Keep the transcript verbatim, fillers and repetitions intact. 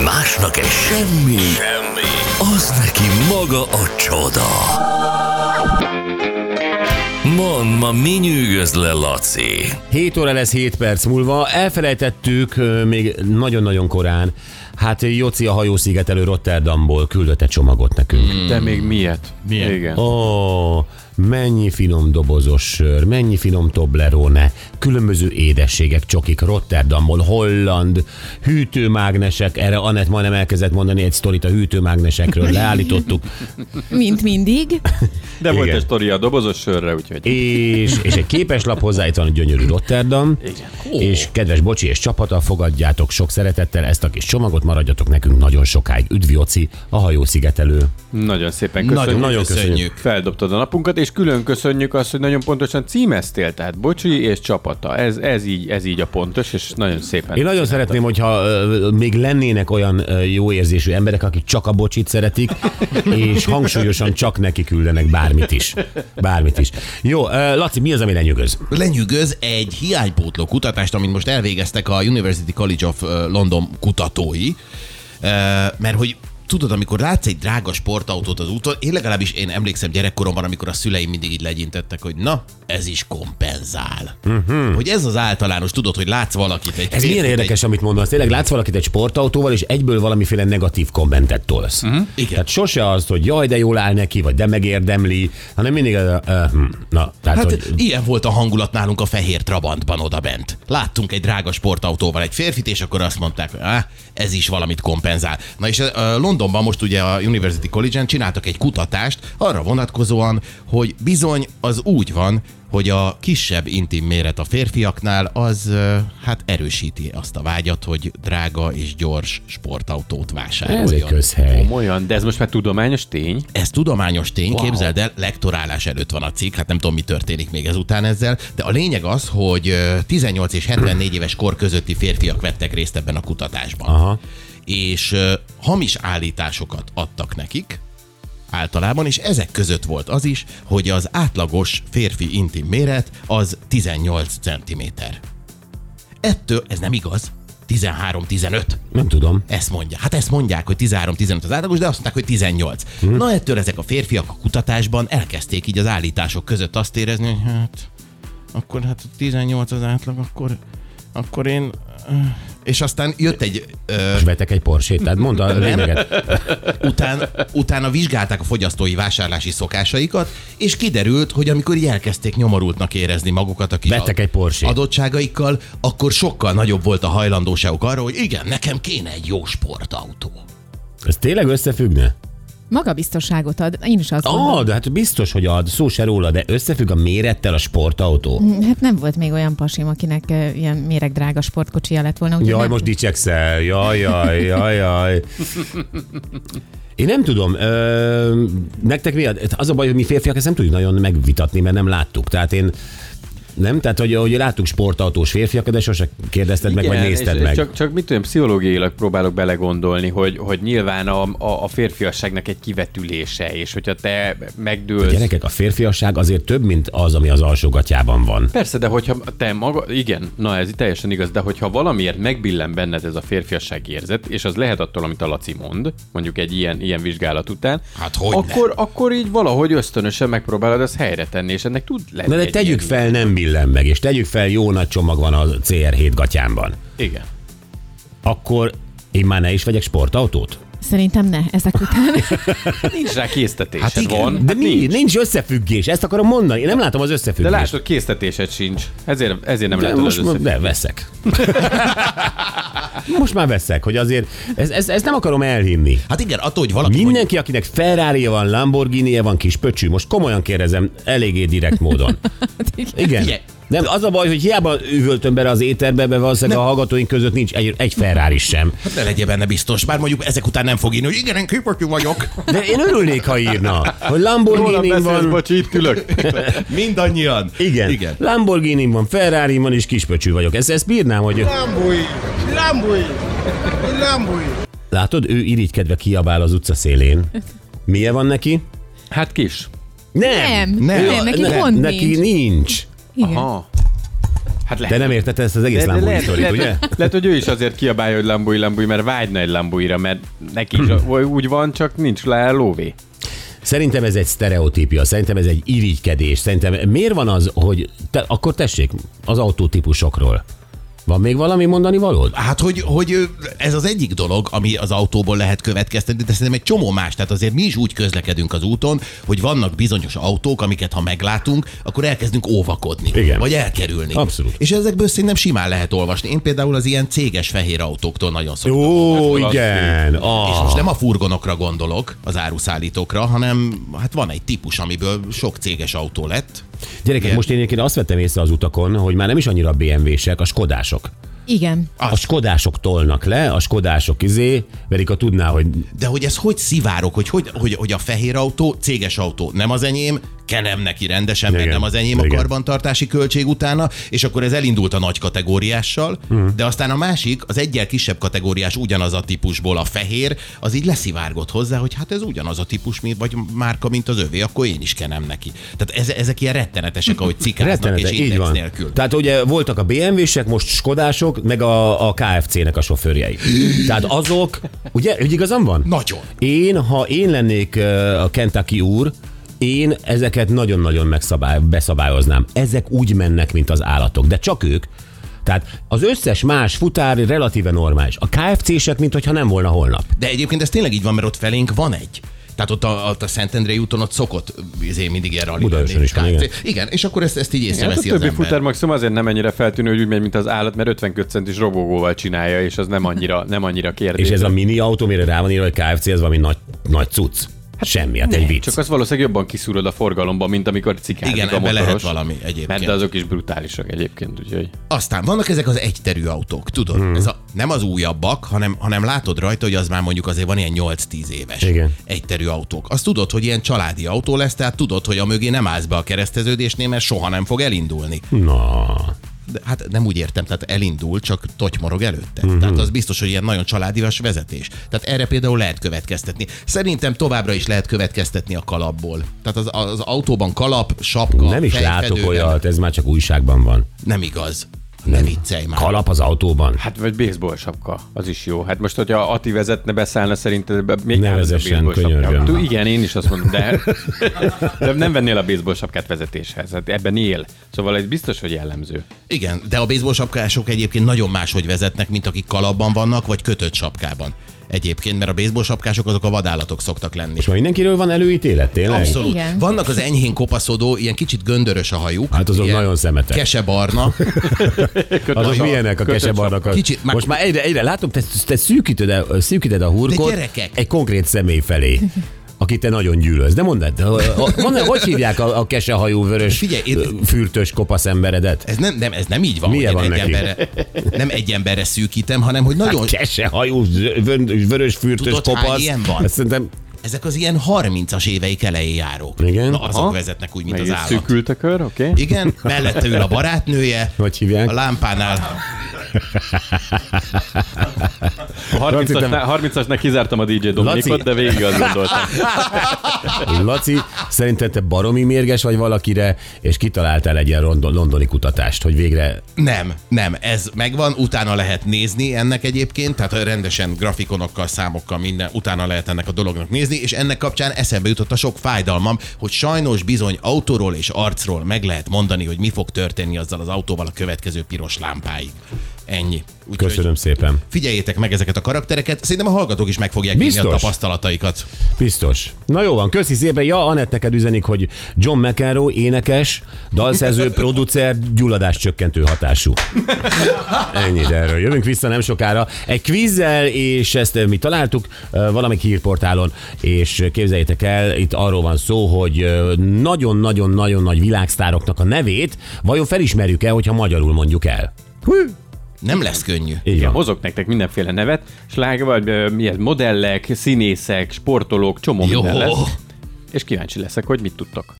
Másnak egy semmi, semmi, az neki maga a csoda. Mondd, ma mi nyűgöz le, Laci? hét óra lesz hét perc múlva. Elfelejtettük még nagyon-nagyon korán. Hát Joci a hajószigetelő Rotterdamból küldött egy csomagot nekünk. Mm. De még miért? Miért? Igen. Ó, mennyi finom dobozos sör, mennyi finom Toblerone, különböző édességek, csokik Rotterdamból, holland, hűtőmágnesek, erre Anett majdnem elkezdett mondani egy sztorit a hűtőmágnesekről, leállítottuk. Mint mindig. De volt egy sztori a dobozos sörre, úgyhogy... És, és egy képeslap hozzá, itt van a gyönyörű Rotterdam. Igen. Oh. És kedves Bocsi és csapata, fogadjátok sok szeretettel ezt a kis csomagot, maradjatok nekünk nagyon sokáig. Üdv Joci, a hajószigetelő. Nagyon szépen köszönjük. Nagyon, nagyon köszönjük. köszönjük. Feldobtad a napunkat, és külön köszönjük azt, hogy nagyon pontosan címeztél, tehát Bocsi és csapata. Ez, ez, így, ez így a pontos, és nagyon szépen. Én nagyon szeretném, hogyha uh, még lennének olyan uh, jó érzésű emberek, akik csak a Bocsit szeretik, és hangsúlyosan csak neki küldenek bármit is. Bármit is. Jó, uh, Laci, mi az, ami lenyűgöz? Lenyűgöz egy hiánypótló kutatást, amit most elvégeztek a University College of London kutatói, uh, mert hogy tudod, amikor látsz egy drága sportautót az úton, én legalábbis én emlékszem gyerekkoromban, amikor a szüleim mindig így legyintettek, hogy na, ez is kompenzál. Uh-huh. Hogy ez az általános, tudod, hogy látsz valakit egy... Ez milyen érdekes, egy... amit mondasz. Tényleg látsz valakit egy sportautóval, és egyből valamiféle negatív kommentet tolsz. Uh-huh. Igen. Tehát sose az, hogy jaj, de jól áll neki, vagy de megérdemli, hanem mindig a... Uh, hm, na, tehát, Hát hogy... ilyen volt a hangulat nálunk a fehér Trabantban odabent. Láttunk egy drága sportautóval egy férfit, és akkor azt mondták, hogy ah, ez is valamit kompenzál. Na és uh, Londonban most ugye a University College-en csináltak egy kutatást arra vonatkozóan, hogy bizony az úgy van, hogy a kisebb intim méret a férfiaknál az hát erősíti azt a vágyat, hogy drága és gyors sportautót vásároljon. Ez egy közhely. Komolyan, de ez most már tudományos tény? Ez tudományos tény, Wow. Képzeld el, lektorálás előtt van a cikk, hát nem tudom, mi történik még ezután ezzel, de a lényeg az, hogy tizennyolc és hetvennégy éves kor közötti férfiak vettek részt ebben a kutatásban. Aha. És uh, hamis állításokat adtak nekik, általában, és ezek között volt az is, hogy az átlagos férfi intim méret az tizennyolc centiméter. Ettől, ez nem igaz, tizenhárom tizenöt. Nem tudom. Ezt mondja. Hát ezt mondják, hogy tizenhárom tizenöt az átlagos, de azt mondták, hogy tizennyolc. Hmm. Na ettől ezek a férfiak a kutatásban elkezdték így az állítások között azt érezni, hogy hát, akkor hát tizennyolc az átlag, akkor, akkor én... És aztán jött egy... Ö... És vettek egy Porsét, tehát mondta a lényeget. Után, utána vizsgálták a fogyasztói vásárlási szokásaikat, és kiderült, hogy amikor így elkezdték nyomorultnak érezni magukat a kis Vettek egy Porsét. adottságaikkal, akkor sokkal nagyobb volt a hajlandóságuk arra, hogy igen, nekem kéne egy jó sportautó. Ez tényleg összefüggne? Magabiztosságot ad. Én is azt Ah, gondolom. de hát biztos, hogy ad, szó se róla, de összefügg a mérettel a sportautó. Hát nem volt még olyan pasim, akinek uh, ilyen méregdrága sportkocsija lett volna. Jaj, nem... most dicsekszel, jaj, jaj, jaj, jaj. Én nem tudom, ö, nektek mi? Az a baj, hogy mi férfiak ezt nem tudjuk nagyon megvitatni, mert nem láttuk. Tehát én nem? Tehát, hogy, hogy láttuk sportautós férfiakat, de sose kérdezted meg, vagy nézted és, meg. És csak, csak mit tudom, pszichológiailag próbálok belegondolni, hogy, hogy nyilván a, a, a férfiasságnak egy kivetülése, és hogyha te megdőlsz... A gyerekek, a férfiasság azért több, mint az, ami az alsógatjában van. Persze, de hogyha te maga... Igen, na ez teljesen igaz, de hogyha valamiért megbillen benned ez a férfiasság érzet, és az lehet attól, amit a Laci mond, mondjuk egy ilyen, ilyen vizsgálat után, Hát hogy akkor, akkor így valahogy ösztönösen megpróbálod ezt helyre tenni, és ennek tud lenni. Na de egy tegyük ilyen- fel, nem billen meg, és tegyük fel, jó nagy csomag van a cé er hét gatyámban. Igen. Akkor én már ne is vegyek sportautót? Szerintem ne, ezek után. Nincs rá késztetésed, Hát igen, van. De Hát mi? nincs. Nincs összefüggés, ezt akarom mondani. Én nem látom az De összefüggést. látod, késztetésed sincs. Ezért, ezért nem De látod most az már összefüggést. de veszek. Most már veszek, hogy azért ezt, ezt, ezt nem akarom elhinni. Hát igen, attól, hogy valaki Mindenki, akinek Ferrari-ja van, Lamborghini-je van, kis pöcsű, most komolyan kérdezem, eléggé direkt módon. Igen. Figyelj. Nem, az a baj, hogy hiába üvöltöm bele az éterbe, mert valószínűleg a hallgatóink között nincs egy, egy Ferrari sem. Hát ne legyél benne biztos, bár mondjuk ezek után nem fog írni, hogy igen, én kipötyű vagyok. De én örülnék, ha írna, hogy Rólam Lamborghini beszélsz, van. bocsi, itt ülök. Mindannyian. Igen. Igen. Lamborghini van, Ferrari van, és kispöcsű vagyok. Ezt, ezt bírnám, hogy... Lambui, Lambui, Lambui. Látod, ő irigykedve kiabál az utca szélén. Milyen van neki? Hát kis. Nem! Nem, nem, neki pont neki nincs. nincs. Igen. Aha. Hát lehet, De nem értette ezt az egész Lambui lehet, sztorit, lehet, ugye? lehet, hogy ő is azért kiabálja, hogy Lambui, Lambui, mert vágyna egy Lambuira, mert neki is úgy van, csak nincs le lóvé. Szerintem ez egy sztereotípia, szerintem ez egy irigykedés. Szerintem miért van az, hogy te, akkor tessék az autótípusokról. Van még valami mondani valód? Hát, hogy, hogy ez az egyik dolog, ami az autóból lehet következtetni, de szerintem egy csomó más. Tehát azért mi is úgy közlekedünk az úton, hogy vannak bizonyos autók, amiket ha meglátunk, akkor elkezdünk óvakodni. Igen. Vagy elkerülni. Abszolút. És ezekből szerintem simán lehet olvasni. Én például az ilyen céges fehér autóktól nagyon szoktam. Ó, Hát, igen. És Ah. most nem a furgonokra gondolok, az áruszállítókra, hanem hát van egy típus, amiből sok céges autó lett. Gyerekek, Igen. most én egyébként azt vettem észre az utakon, hogy már nem is annyira a bé em vé-sek, a skodások. Igen. A skodások tolnak le, a skodások izé, Verika tudná, hogy De hogy ez hogy szivárok, hogy, hogy, hogy, hogy a fehér autó, céges autó, nem az enyém, kenem neki rendesen, meg Igen. nem az enyém a Igen. karbantartási költség utána, és akkor ez elindult a nagy kategóriással, hmm. de aztán a másik, az egyel kisebb kategóriás ugyanaz a típusból a fehér, az így leszivárgott hozzá, hogy hát ez ugyanaz a típus, mint- vagy márka, mint az övé, akkor én is kenem neki. Tehát ez, ezek ilyen rettenetesek, ahogy cikáznak, rettenete, és így index van. nélkül. Tehát ugye voltak a bé em vé-sek, most skodások, meg a, a ká ef cé-nek a sofőrjei. Tehát azok, ugye, hogy igazam van? Nagyon. Én, ha én lennék ö, a Kentucky úr, én ezeket nagyon-nagyon megszabály, beszabályoznám. Ezek úgy mennek, mint az állatok, de csak ők. Tehát az összes más futár relatíve normális. A ká ef cé-sek, mintha nem volna holnap. De egyébként ez tényleg így van, mert ott felénk van egy. Tehát ott a, ott a Szentendrei úton ott szokott izé, mindig ilyen rally Budaörsön lenni. is van, ká ef cé. igen. Igen, és akkor ezt, ezt így Hát a észreveszi az többi ember. futár maximum azért nem ennyire feltűnő, hogy úgy megy, mint az állat, mert ötvenkettő centis robogóval csinálja, és az nem annyira, nem annyira kérdés. És ez a mini autó, mire rá van írva, hogy ká ef cé, ez valami nagy, nagy cucc. Semmi, hát egy vicc. Csak az valószínűleg jobban kiszúrod a forgalomban, mint amikor cikázik Igen, a ebben motoros. lehet valami egyébként. Mert de azok is brutálisak egyébként, úgyhogy... Aztán vannak ezek az egyterű autók, tudod? Hmm. Ez a, nem az újabbak, hanem, hanem látod rajta, hogy az már mondjuk azért van ilyen nyolc-tíz éves Igen. egyterű autók. Azt tudod, hogy ilyen családi autó lesz, tehát tudod, hogy a mögé nem állsz be a kereszteződésnél, mert soha nem fog elindulni. Na, De, hát nem úgy értem, tehát elindul, csak totymorog előtte. Mhm. Uh-huh. Tehát az biztos, hogy ilyen nagyon családias vezetés. Tehát erre például lehet következtetni. Szerintem továbbra is lehet következtetni a kalapból. Tehát az, az autóban kalap, sapka, nem is fejfedő, látok nem- olyat, ez már csak újságban van. Nem igaz. Ne viccelj már. Kalap az autóban? Hát vagy baseball sapka, az is jó. Hát most, hogyha Ati vezetne, beszállna, szerinted be- még Ne kell ez a vezessen, baseball sapka. könyörgöm. Tú, igen, én is azt mondom, de, de nem vennél a baseball sapkát vezetéshez. Hát ebben él. Szóval ez biztos, hogy jellemző. Igen, de a baseball sapkások egyébként nagyon máshogy vezetnek, mint akik kalapban vannak, vagy kötött sapkában. Egyébként, mert a baseball sapkások azok a vadállatok szoktak lenni. És ma mindenkiről van előítélet, tényleg? Abszolút. Igen. Vannak az enyhén kopaszodó, ilyen kicsit göndörös a hajuk. Hát azok ilyen nagyon szemetek. Kesebarna. Azok milyenek a kesebarnak? A... Kicsit, már- Most már egyre, egyre látom, te, te szűkíted, a, szűkíted a hurkot De gyerekek! egy konkrét személy felé, akit te nagyon gyűlölsz. De mondd, de, mondd, hogy hívják a, a kesehajú, vörös, Figyelj, én- fürtös kopasz emberedet? Ez nem, nem, ez nem így van, Milyen hogy én van egy neki? emberre, nem egy emberre szűkítem, hanem hogy nagyon... Hát kesehajú, vö- vörös, fürtös Tudod, hány kopasz. ilyen van? Ezt szerintem Ezek az ilyen harmincas éveik elején járók. Igen? Na, azok Aha. vezetnek úgy, mint Meg az egy állat. szűkült a kör, oké? Okay? Igen, mellette ül a barátnője, Hogy hívják? a lámpánál. A harmincasnál, harmincasnál kizártam a dé dzsé Dominikot, Laci. de végig azt gondoltam. Laci, szerinted te baromi mérges vagy valakire, és kitaláltál egy ilyen rondon, londoni kutatást, hogy végre Nem, nem, ez megvan, utána lehet nézni ennek egyébként, tehát rendesen grafikonokkal, számokkal, minden, utána lehet ennek a dolognak nézni, és ennek kapcsán eszembe jutott a sok fájdalmam, hogy sajnos bizony autóról és arcról meg lehet mondani, hogy mi fog történni azzal az autóval a következő piros lámpáig. Ennyi. Úgyhogy köszönöm szépen. figyeljétek meg ezeket a karaktereket, szerintem a hallgatók is meg fogják írni a Biztos. tapasztalataikat. Biztos. Na jó van, köszi szépen. Ja, Anett neked üzenik, hogy John McEnroe énekes, dalszerző, producer, gyulladás csökkentő hatású. Ennyit erről. Jövünk vissza nem sokára egy kvízzel, és ezt mi találtuk uh, valamelyik hírportálon, és képzeljétek el, itt arról van szó, hogy uh, nagyon-nagyon-nagyon nagy világsztároknak a nevét vajon felismerjük-e, hogyha magyarul mondjuk el. Hű. Nem lesz könnyű. Így Igen, van. hozok nektek mindenféle nevet, sláger, vagy ö, milyen modellek, színészek, sportolók, csomó Jó. minden lesz. És kíváncsi leszek, hogy mit tudtok.